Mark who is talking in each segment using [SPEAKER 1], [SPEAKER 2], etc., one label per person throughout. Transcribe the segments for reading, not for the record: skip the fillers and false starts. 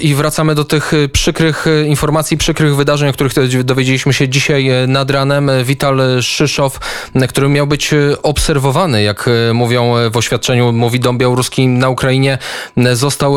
[SPEAKER 1] I wracamy do tych przykrych informacji, przykrych wydarzeń, o których dowiedzieliśmy się dzisiaj nad ranem. Wital Szyszow, który miał być obserwowany, jak mówią w oświadczeniu, mówi dom białoruski na Ukrainie, został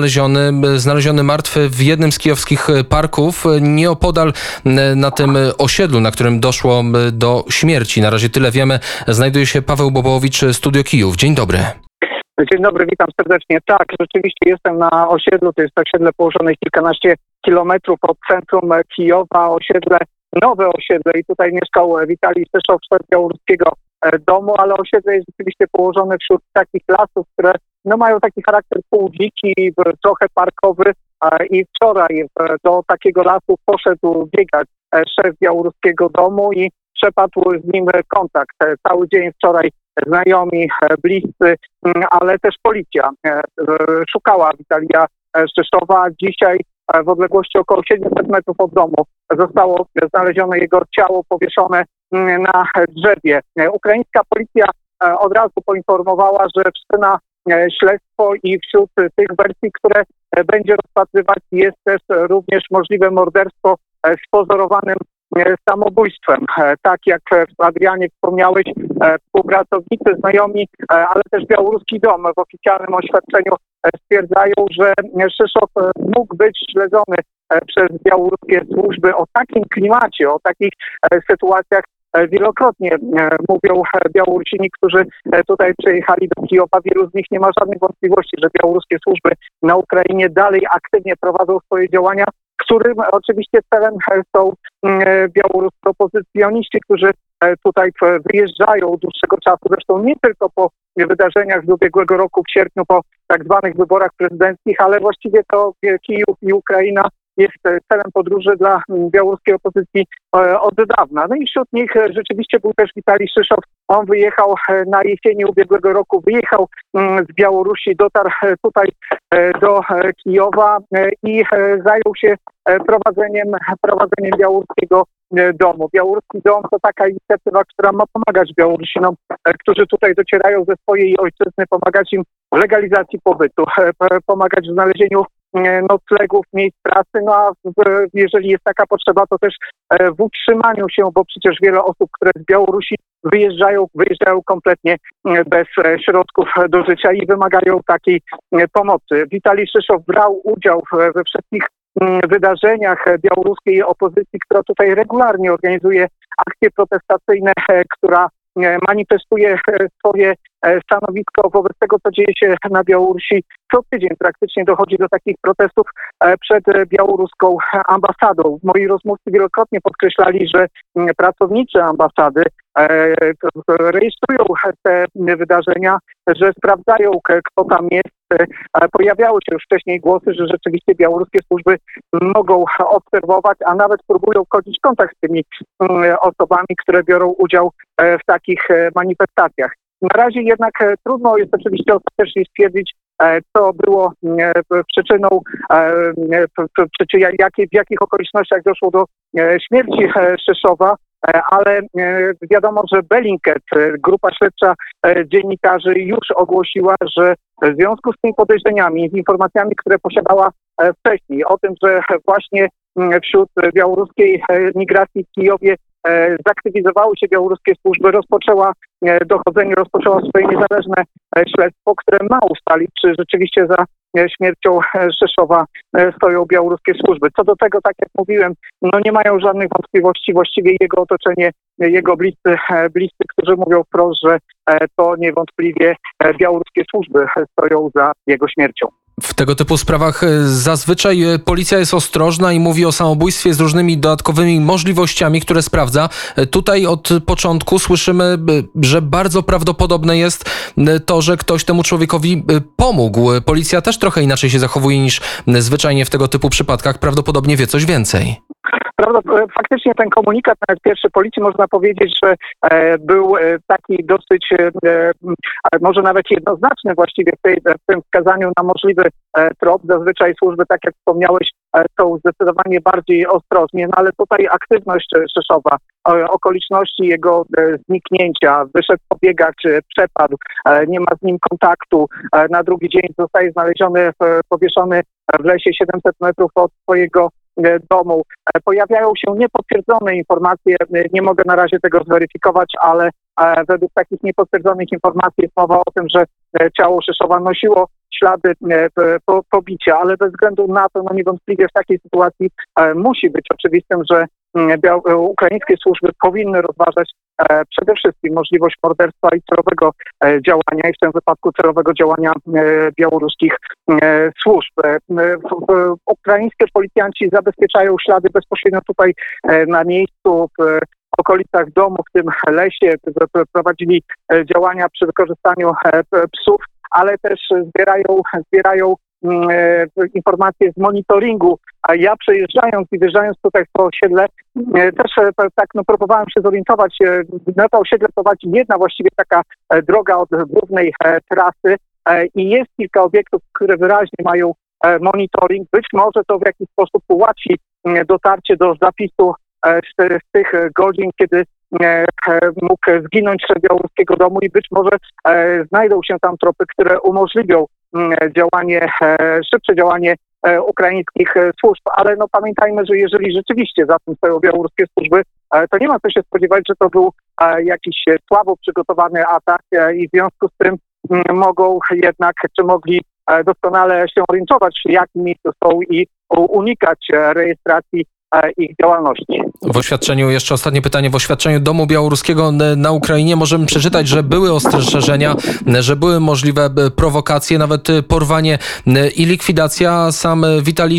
[SPEAKER 1] znaleziony martwy w jednym z kijowskich parków, nieopodal na tym osiedlu, na którym doszło do śmierci. Na razie tyle wiemy. Znajduje się Paweł Bobołowicz, Studio Kijów. Dzień dobry.
[SPEAKER 2] Dzień dobry, witam serdecznie. Tak, rzeczywiście jestem na osiedlu, to jest osiedle położone kilkanaście kilometrów od centrum Kijowa, nowe osiedle i tutaj mieszkał Witalij Szyszow, szef białoruskiego domu, ale osiedle jest rzeczywiście położone wśród takich lasów, które mają taki charakter półdziki, trochę parkowy i wczoraj do takiego lasu poszedł biegać szef białoruskiego domu i przepadł z nim kontakt. Cały dzień wczoraj znajomi, bliscy, ale też policja szukała Witalija Szyszowa. Dzisiaj w odległości około 700 metrów od domu zostało znalezione jego ciało powieszone na drzewie. Ukraińska policja od razu poinformowała, że wszczyna śledztwo i wśród tych wersji, które będzie rozpatrywać, jest też również możliwe morderstwo spozorowanym samobójstwem. Tak jak Adrianie wspomniałeś, współpracownicy, znajomi, ale też białoruski dom w oficjalnym oświadczeniu stwierdzają, że Szyszow mógł być śledzony przez białoruskie służby. O takim klimacie, o takich sytuacjach wielokrotnie mówią Białorusini, którzy tutaj przyjechali do Kijowa. Wielu z nich nie ma żadnych wątpliwości, że białoruskie służby na Ukrainie dalej aktywnie prowadzą swoje działania, którym oczywiście celem są białoruscy opozycjoniści, którzy tutaj wyjeżdżają od dłuższego czasu, zresztą nie tylko po wydarzeniach z ubiegłego roku w sierpniu, po tak zwanych wyborach prezydenckich, ale właściwie to Kijów i Ukraina jest celem podróży dla białoruskiej opozycji od dawna. No i wśród nich rzeczywiście był też Witalij Szyszow. On wyjechał na jesieni ubiegłego roku, wyjechał z Białorusi, dotarł tutaj do Kijowa i zajął się prowadzeniem białoruskiego domu. Białoruski dom to taka inicjatywa, która ma pomagać Białorusinom, którzy tutaj docierają ze swojej ojczyzny, pomagać im w legalizacji pobytu, pomagać w znalezieniu noclegów, miejsc pracy, a jeżeli jest taka potrzeba, to też w utrzymaniu się, bo przecież wiele osób, które z Białorusi wyjeżdżają kompletnie bez środków do życia i wymagają takiej pomocy. Witalij Szyszow brał udział we wszystkich wydarzeniach białoruskiej opozycji, która tutaj regularnie organizuje akcje protestacyjne, która manifestuje swoje stanowisko wobec tego, co dzieje się na Białorusi. Co tydzień praktycznie dochodzi do takich protestów przed białoruską ambasadą. Moi rozmówcy wielokrotnie podkreślali, że pracownicy ambasady rejestrują te wydarzenia, że sprawdzają, kto tam jest. Pojawiały się już wcześniej głosy, że rzeczywiście białoruskie służby mogą obserwować, a nawet próbują wchodzić w kontakt z tymi osobami, które biorą udział w takich manifestacjach. Na razie jednak trudno jest oczywiście ostatecznie stwierdzić, co było przyczyną, w jakich okolicznościach doszło do śmierci Szyszowa, ale wiadomo, że Bellingcat, grupa śledcza dziennikarzy, już ogłosiła, że w związku z tymi podejrzeniami, z informacjami, które posiadała wcześniej, o tym, że właśnie wśród białoruskiej migracji w Kijowie zaktywizowały się białoruskie służby, rozpoczęła dochodzenie, rozpoczęła swoje niezależne śledztwo, które ma ustalić, czy rzeczywiście za śmiercią Szyszowa stoją białoruskie służby. Co do tego, tak jak mówiłem, nie mają żadnych wątpliwości. Właściwie jego otoczenie, jego bliscy, którzy mówią wprost, że to niewątpliwie białoruskie służby stoją za jego śmiercią.
[SPEAKER 1] W tego typu sprawach zazwyczaj policja jest ostrożna i mówi o samobójstwie z różnymi dodatkowymi możliwościami, które sprawdza. Tutaj od początku słyszymy, że bardzo prawdopodobne jest to, że ktoś temu człowiekowi pomógł. Policja też trochę inaczej się zachowuje niż zwyczajnie w tego typu przypadkach. Prawdopodobnie wie coś więcej.
[SPEAKER 2] Faktycznie ten komunikat, nawet pierwszy policji, można powiedzieć, że był taki dosyć, może nawet jednoznaczny właściwie w tym wskazaniu na możliwy trop. Zazwyczaj służby, tak jak wspomniałeś, są zdecydowanie bardziej ostrożnie, no ale tutaj aktywność Szyszowa, okoliczności jego zniknięcia, wyszedł po biegach, czy przepadł, nie ma z nim kontaktu, na drugi dzień zostaje znaleziony, powieszony w lesie 700 metrów od swojego domu. Pojawiają się niepotwierdzone informacje, nie mogę na razie tego zweryfikować, ale według takich niepotwierdzonych informacji jest mowa o tym, że ciało Szyszowa nosiło ślady pobicia, ale bez względu na to, no niewątpliwie w takiej sytuacji musi być oczywistym, że ukraińskie służby powinny rozważać przede wszystkim możliwość morderstwa i celowego działania, i w tym wypadku celowego działania białoruskich służb. Ukraińskie policjanci zabezpieczają ślady bezpośrednio tutaj na miejscu, w okolicach domu, w tym lesie. Prowadzili działania przy wykorzystaniu psów, ale też zbierają informacje z monitoringu. A ja przejeżdżając i wjeżdżając tutaj w to osiedle, też tak próbowałem się zorientować. Na to osiedle prowadzi jedna właściwie taka droga od głównej trasy i jest kilka obiektów, które wyraźnie mają monitoring. Być może to w jakiś sposób ułatwi dotarcie do zapisu z tych godzin, kiedy mógł zginąć szef białoruskiego domu, i być może znajdą się tam tropy, które umożliwią szybsze działanie ukraińskich służb. Ale no pamiętajmy, że jeżeli rzeczywiście za tym stoją białoruskie służby, to nie ma co się spodziewać, że to był jakiś słabo przygotowany atak i w związku z tym mogli doskonale się orientować, w jakim miejscu są i unikać rejestracji ich działalności.
[SPEAKER 1] W oświadczeniu, jeszcze ostatnie pytanie, w oświadczeniu Domu Białoruskiego na Ukrainie możemy przeczytać, że były ostrzeżenia, że były możliwe prowokacje, nawet porwanie i likwidacja. Sam Witalij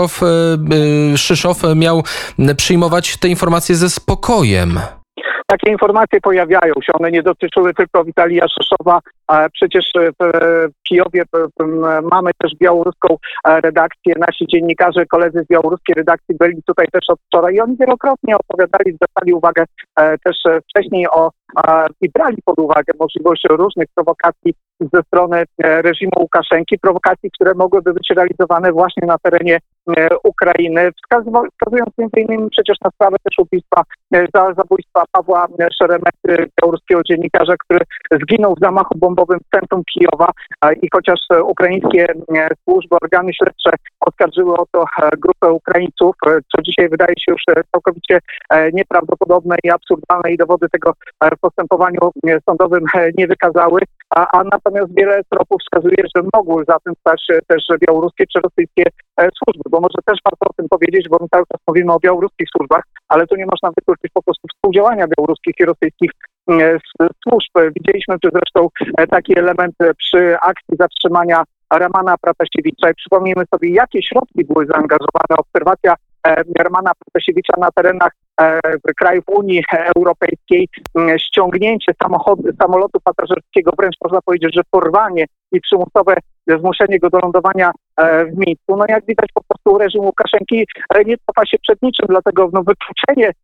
[SPEAKER 1] Szyszow miał przyjmować te informacje ze spokojem.
[SPEAKER 2] Takie informacje pojawiają się, one nie dotyczyły tylko Witalija Szyszowa. Przecież w Kijowie mamy też białoruską redakcję. Nasi dziennikarze, koledzy z białoruskiej redakcji byli tutaj też od wczoraj i oni wielokrotnie opowiadali, zwracali uwagę też wcześniej i brali pod uwagę możliwość różnych prowokacji ze strony reżimu Łukaszenki, prowokacji, które mogłyby być realizowane właśnie na terenie Ukrainy, wskazując m.in. przecież na sprawę też zabójstwa Pawła Szeremety, białoruskiego dziennikarza, który zginął w zamachu bombowym w centrum Kijowa, i chociaż ukraińskie służby, organy śledcze oskarżyły o to grupę Ukraińców, co dzisiaj wydaje się już całkowicie nieprawdopodobne i absurdalne, i dowody tego w postępowaniu sądowym nie wykazały, a natomiast wiele tropów wskazuje, że mogły za tym stać też białoruskie czy rosyjskie służby, bo może też warto o tym powiedzieć, bo my cały czas mówimy o białoruskich służbach, ale tu nie można wykluczyć po prostu współdziałania białoruskich i rosyjskich służb. Widzieliśmy zresztą taki element przy akcji zatrzymania Romana Pratasiewicza i przypomnijmy sobie, jakie środki były zaangażowane. Obserwacja Romana Pratasiewicza na terenach krajów Unii Europejskiej, ściągnięcie samolotu pasażerskiego, wręcz można powiedzieć, że porwanie i przymusowe zmuszenie go do lądowania w Mińsku. No jak widać, po prostu reżim Łukaszenki nie cofa się przed niczym, dlatego wykluczenie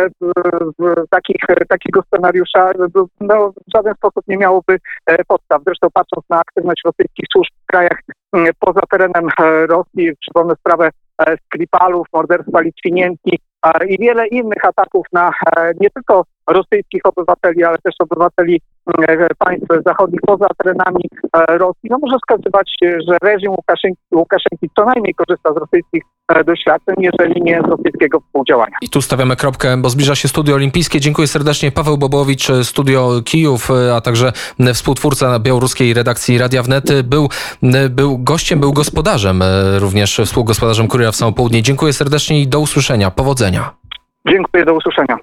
[SPEAKER 2] takiego scenariusza w żaden sposób nie miałoby podstaw. Zresztą patrząc na aktywność rosyjskich służb w krajach poza terenem Rosji, przypomnę sprawę Skripalów, morderstwa Litwinienki i wiele innych ataków na nie tylko rosyjskich obywateli, ale też obywateli państw zachodnich poza terenami Rosji, no może wskazywać, że reżim Łukaszenki co najmniej korzysta z rosyjskich doświadczeń, jeżeli nie z rosyjskiego współdziałania.
[SPEAKER 1] I tu stawiamy kropkę, bo zbliża się Studio Olimpijskie. Dziękuję serdecznie. Paweł Bobowicz, Studio Kijów, a także współtwórca białoruskiej redakcji Radia Wnet. Był gościem, był gospodarzem, również współgospodarzem Kuriera w Samo Południe. Dziękuję serdecznie i do usłyszenia. Powodzenia.
[SPEAKER 2] Dziękuję, do usłyszenia.